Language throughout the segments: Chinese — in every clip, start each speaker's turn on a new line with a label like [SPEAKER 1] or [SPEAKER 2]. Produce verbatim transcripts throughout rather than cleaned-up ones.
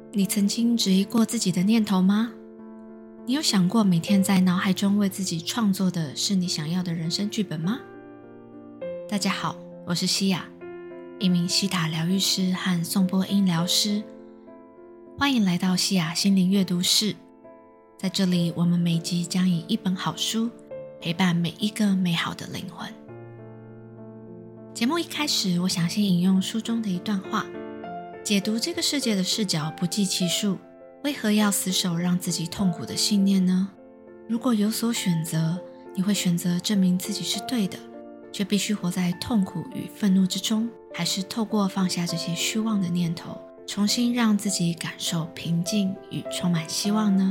[SPEAKER 1] 你曾经质疑过自己的念头吗？你有想过每天在脑海中为自己创作的是你想要的人生剧本吗？大家好，我是西雅，一名西塔疗愈师和颂钵音疗师。欢迎来到西雅心灵阅读室，在这里我们每集将以一本好书陪伴每一个美好的灵魂。节目一开始，我想先引用书中的一段话，解读这个世界的视角不计其数，为何要死守让自己痛苦的信念呢？如果有所选择，你会选择证明自己是对的，却必须活在痛苦与愤怒之中，还是透过放下这些虚妄的念头，重新让自己感受平静与充满希望呢？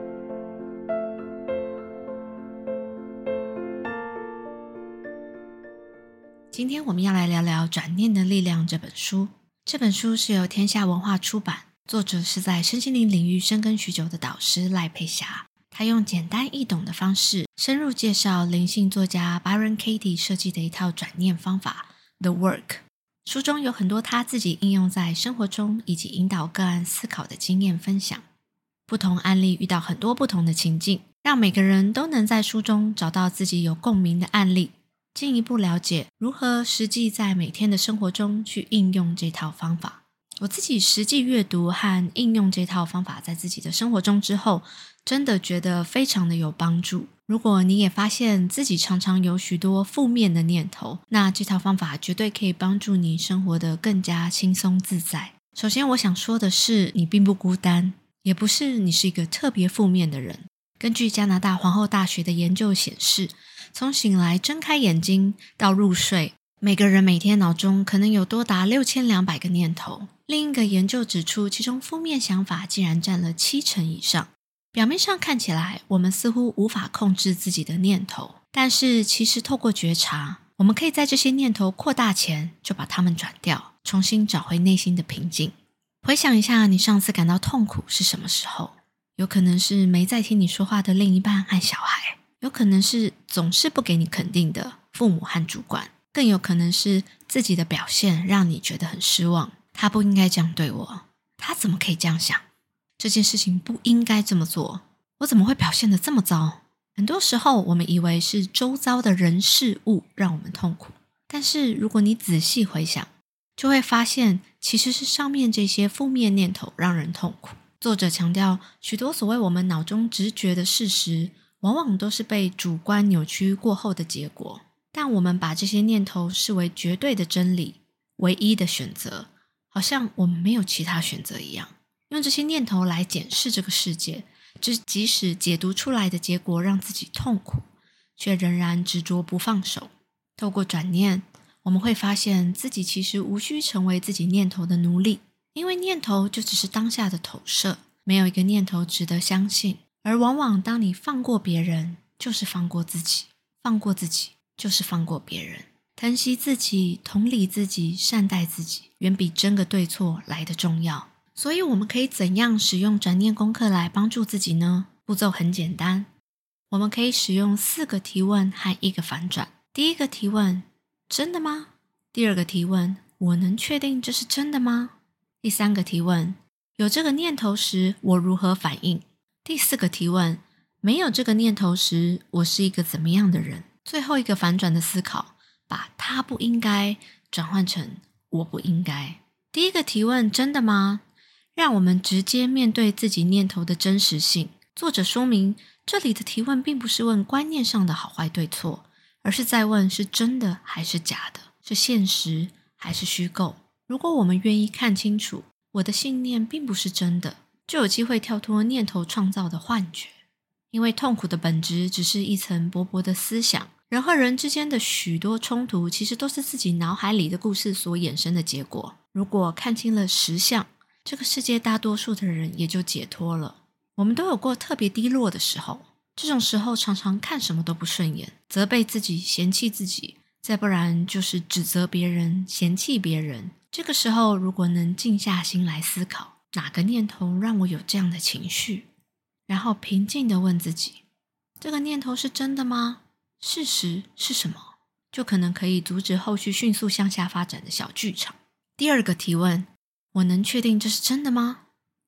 [SPEAKER 1] 今天我们要来聊聊《转念的力量》这本书。这本书是由天下文化出版，作者是在身心灵领域深耕许久的导师赖佩霞。他用简单易懂的方式，深入介绍灵性作家 Byron Katie 设计的一套转念方法 The Work。 书中有很多他自己应用在生活中以及引导个案思考的经验分享。不同案例遇到很多不同的情境，让每个人都能在书中找到自己有共鸣的案例，进一步了解如何实际在每天的生活中去应用这套方法。我自己实际阅读和应用这套方法在自己的生活中之后，真的觉得非常的有帮助。如果你也发现自己常常有许多负面的念头，那这套方法绝对可以帮助你生活得更加轻松自在。首先我想说的是，你并不孤单，也不是你是一个特别负面的人。根据加拿大皇后大学的研究显示，从醒来睁开眼睛到入睡，每个人每天脑中可能有多达六千两百个念头。另一个研究指出，其中负面想法竟然占了七成以上。表面上看起来，我们似乎无法控制自己的念头，但是其实透过觉察，我们可以在这些念头扩大前就把它们转掉，重新找回内心的平静。回想一下，你上次感到痛苦是什么时候？有可能是没在听你说话的另一半和小孩，有可能是总是不给你肯定的父母和主管，更有可能是自己的表现让你觉得很失望。他不应该这样对我，他怎么可以这样想？这件事情不应该这么做，我怎么会表现得这么糟？很多时候我们以为是周遭的人事物让我们痛苦，但是如果你仔细回想，就会发现其实是上面这些负面念头让人痛苦。作者强调，许多所谓我们脑中直觉的事实，往往都是被主观扭曲过后的结果，但我们把这些念头视为绝对的真理，唯一的选择，好像我们没有其他选择一样，用这些念头来检视这个世界，即使解读出来的结果让自己痛苦，却仍然执着不放手。透过转念，我们会发现自己其实无需成为自己念头的奴隶，因为念头就只是当下的投射，没有一个念头值得相信。而往往当你放过别人，就是放过自己，放过自己就是放过别人。疼惜自己，同理自己，善待自己，远比争个对错来得重要。所以我们可以怎样使用转念功课来帮助自己呢？步骤很简单，我们可以使用四个提问和一个反转。第一个提问，真的吗？第二个提问，我能确定这是真的吗？第三个提问，有这个念头时我如何反应？第四个提问，没有这个念头时我是一个怎么样的人？最后一个反转的思考，把他不应该转换成我不应该。第一个提问，真的吗？让我们直接面对自己念头的真实性。作者说明，这里的提问并不是问观念上的好坏对错，而是在问是真的还是假的，是现实还是虚构。如果我们愿意看清楚，我的信念并不是真的，就有机会跳脱念头创造的幻觉。因为痛苦的本质只是一层薄薄的思想，人和人之间的许多冲突其实都是自己脑海里的故事所衍生的结果。如果看清了实相，这个世界大多数的人也就解脱了。我们都有过特别低落的时候，这种时候常常看什么都不顺眼，责备自己，嫌弃自己，再不然就是指责别人，嫌弃别人。这个时候如果能静下心来思考，哪个念头让我有这样的情绪，然后平静地问自己，这个念头是真的吗？事实是什么？就可能可以阻止后续迅速向下发展的小剧场。第二个提问，我能确定这是真的吗？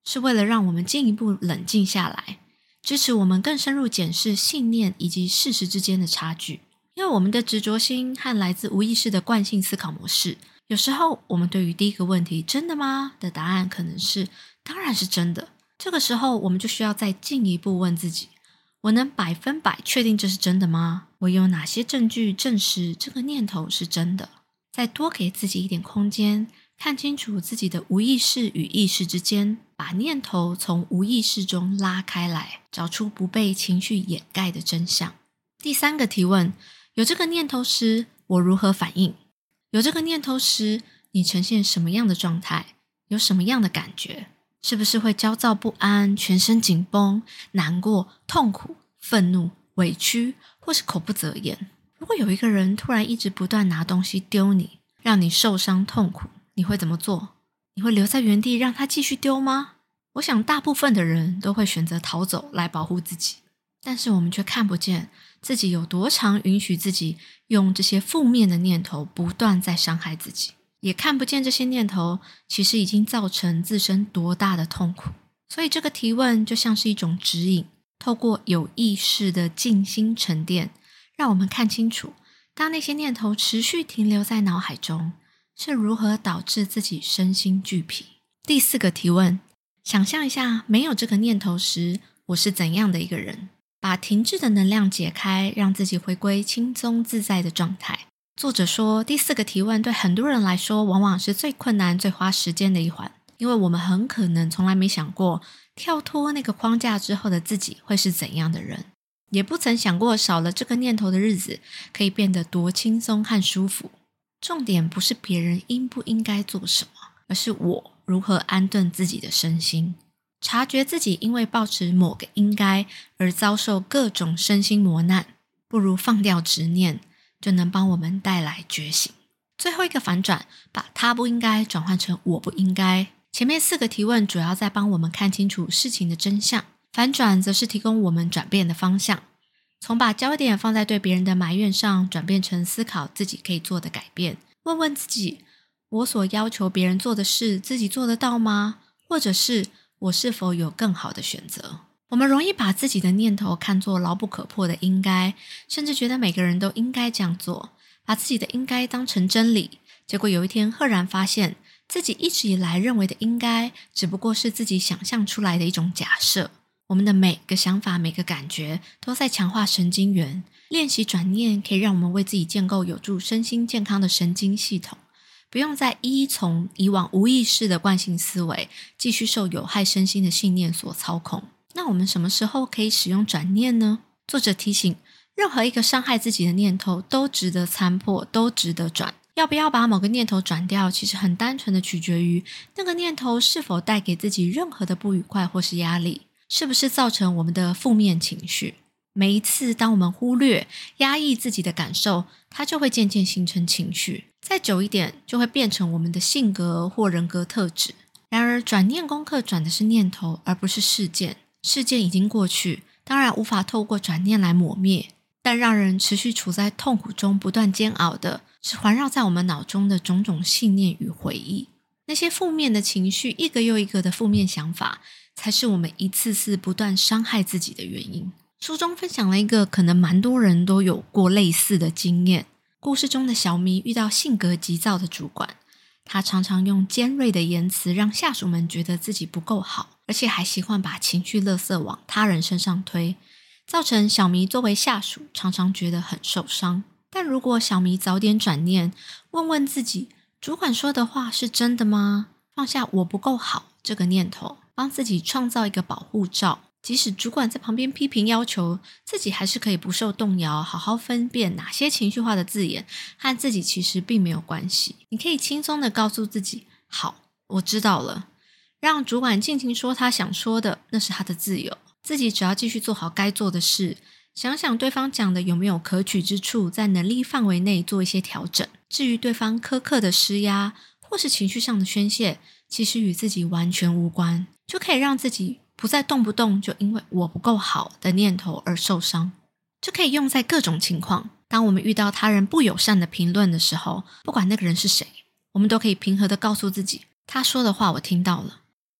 [SPEAKER 1] 是为了让我们进一步冷静下来，支持我们更深入检视信念以及事实之间的差距。因为我们的执着心和来自无意识的惯性思考模式，有时候我们对于第一个问题真的吗的答案可能是当然是真的。这个时候我们就需要再进一步问自己，我能百分百确定这是真的吗？我有哪些证据证实这个念头是真的？再多给自己一点空间，看清楚自己的无意识与意识之间，把念头从无意识中拉开来，找出不被情绪掩盖的真相。第三个提问，有这个念头时，我如何反应？有这个念头时，你呈现什么样的状态？有什么样的感觉？是不是会焦躁不安、全身紧绷、难过、痛苦、愤怒、委屈，或是口不择言？如果有一个人突然一直不断拿东西丢你，让你受伤痛苦，你会怎么做？你会留在原地让他继续丢吗？我想大部分的人都会选择逃走来保护自己，但是我们却看不见自己有多常允许自己用这些负面的念头不断在伤害自己，也看不见这些念头其实已经造成自身多大的痛苦。所以这个提问就像是一种指引，透过有意识的静心沉淀，让我们看清楚，当那些念头持续停留在脑海中，是如何导致自己身心俱疲。第四个提问，想象一下没有这个念头时，我是怎样的一个人？把停滞的能量解开，让自己回归轻松自在的状态。作者说，第四个提问对很多人来说往往是最困难、最花时间的一环，因为我们很可能从来没想过跳脱那个框架之后的自己会是怎样的人，也不曾想过少了这个念头的日子可以变得多轻松和舒服。重点不是别人应不应该做什么，而是我如何安顿自己的身心。察觉自己因为抱持某个应该而遭受各种身心磨难，不如放掉执念，就能帮我们带来觉醒。最后一个反转，把他不应该转换成我不应该。前面四个提问主要在帮我们看清楚事情的真相，反转则是提供我们转变的方向，从把焦点放在对别人的埋怨上，转变成思考自己可以做的改变。问问自己，我所要求别人做的事，自己做得到吗？或者是我是否有更好的选择？我们容易把自己的念头看作牢不可破的应该，甚至觉得每个人都应该这样做，把自己的应该当成真理。结果有一天赫然发现，自己一直以来认为的应该，只不过是自己想象出来的一种假设。我们的每个想法、每个感觉都在强化神经元。练习转念可以让我们为自己建构有助身心健康的神经系统，不用再依从以往无意识的惯性思维，继续受有害身心的信念所操控。那我们什么时候可以使用转念呢？作者提醒，任何一个伤害自己的念头都值得参破，都值得转。要不要把某个念头转掉，其实很单纯的取决于那个念头是否带给自己任何的不愉快或是压力，是不是造成我们的负面情绪。每一次当我们忽略、压抑自己的感受，它就会渐渐形成情绪，再久一点就会变成我们的性格或人格特质。然而转念功课转的是念头，而不是事件。事件已经过去，当然无法透过转念来抹灭，但让人持续处在痛苦中不断煎熬的是环绕在我们脑中的种种信念与回忆。那些负面的情绪，一个又一个的负面想法，才是我们一次次不断伤害自己的原因。书中分享了一个可能蛮多人都有过类似的经验。故事中的小咪遇到性格急躁的主管，他常常用尖锐的言辞让下属们觉得自己不够好，而且还习惯把情绪垃圾往他人身上推，造成小咪作为下属常常觉得很受伤。但如果小咪早点转念，问问自己，主管说的话是真的吗？放下我不够好这个念头，帮自己创造一个保护罩，即使主管在旁边批评要求，自己还是可以不受动摇，好好分辨哪些情绪化的字眼和自己其实并没有关系。你可以轻松地告诉自己，好，我知道了，让主管尽情说他想说的，那是他的自由，自己只要继续做好该做的事，想想对方讲的有没有可取之处，在能力范围内做一些调整。至于对方苛刻的施压或是情绪上的宣泄，其实与自己完全无关，就可以让自己不再动不动就因为我不够好的念头而受伤。这可以用在各种情况。当我们遇到他人不友善的评论的时候，不管那个人是谁，我们都可以平和地告诉自己，他说的话我听到了，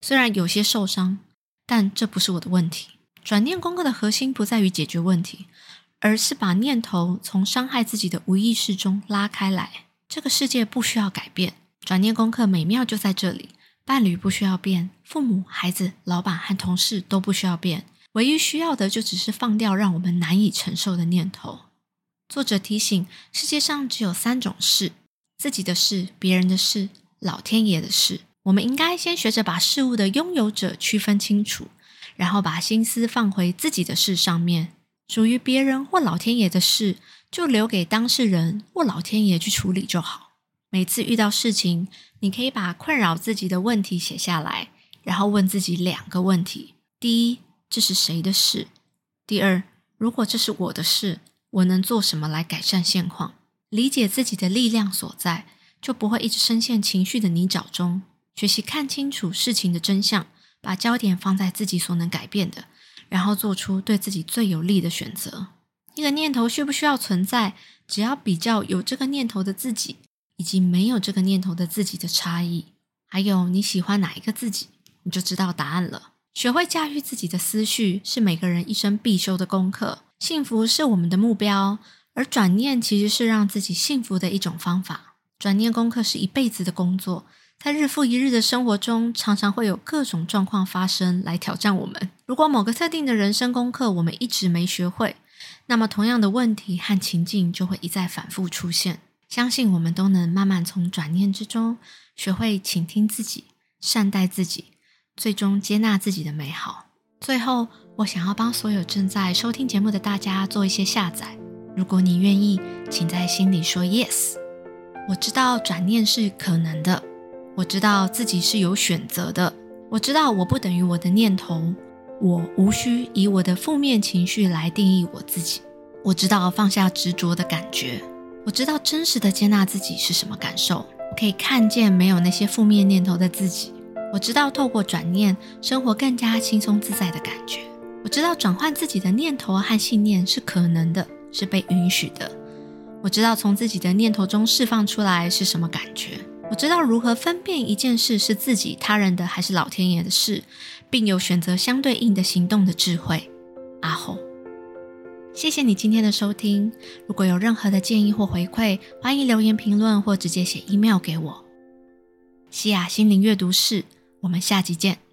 [SPEAKER 1] 虽然有些受伤，但这不是我的问题。转念功课的核心不在于解决问题，而是把念头从伤害自己的无意识中拉开来。这个世界不需要改变，转念功课美妙就在这里。伴侣不需要变，父母、孩子、老板和同事都不需要变，唯一需要的就只是放掉让我们难以承受的念头。作者提醒，世界上只有三种事：自己的事、别人的事、老天爷的事。我们应该先学着把事物的拥有者区分清楚，然后把心思放回自己的事上面。属于别人或老天爷的事，就留给当事人或老天爷去处理就好。每次遇到事情，你可以把困扰自己的问题写下来，然后问自己两个问题：第一，这是谁的事？第二，如果这是我的事，我能做什么来改善现况？理解自己的力量所在，就不会一直深陷情绪的泥沼中。学习看清楚事情的真相，把焦点放在自己所能改变的，然后做出对自己最有利的选择。一个念头需不需要存在，只要比较有这个念头的自己以及没有这个念头的自己的差异，还有你喜欢哪一个自己，你就知道答案了。学会驾驭自己的思绪是每个人一生必修的功课。幸福是我们的目标，而转念其实是让自己幸福的一种方法。转念功课是一辈子的工作，在日复一日的生活中，常常会有各种状况发生来挑战我们。如果某个特定的人生功课我们一直没学会，那么同样的问题和情境就会一再反复出现。相信我们都能慢慢从转念之中学会倾听自己，善待自己，最终接纳自己的美好。最后，我想要帮所有正在收听节目的大家做一些下载。如果你愿意，请在心里说 yes。 我知道转念是可能的，我知道自己是有选择的，我知道我不等于我的念头，我无需以我的负面情绪来定义我自己。我知道放下执着的感觉，我知道真实的接纳自己是什么感受，我可以看见没有那些负面念头的自己。我知道透过转念，生活更加轻松自在的感觉。我知道转换自己的念头和信念是可能的，是被允许的。我知道从自己的念头中释放出来是什么感觉。我知道如何分辨一件事是自己、他人的还是老天爷的事，并有选择相对应的行动的智慧。阿后，谢谢你今天的收听。如果有任何的建议或回馈，欢迎留言评论或直接写 email 给我。西雅心灵阅读室，我们下集见。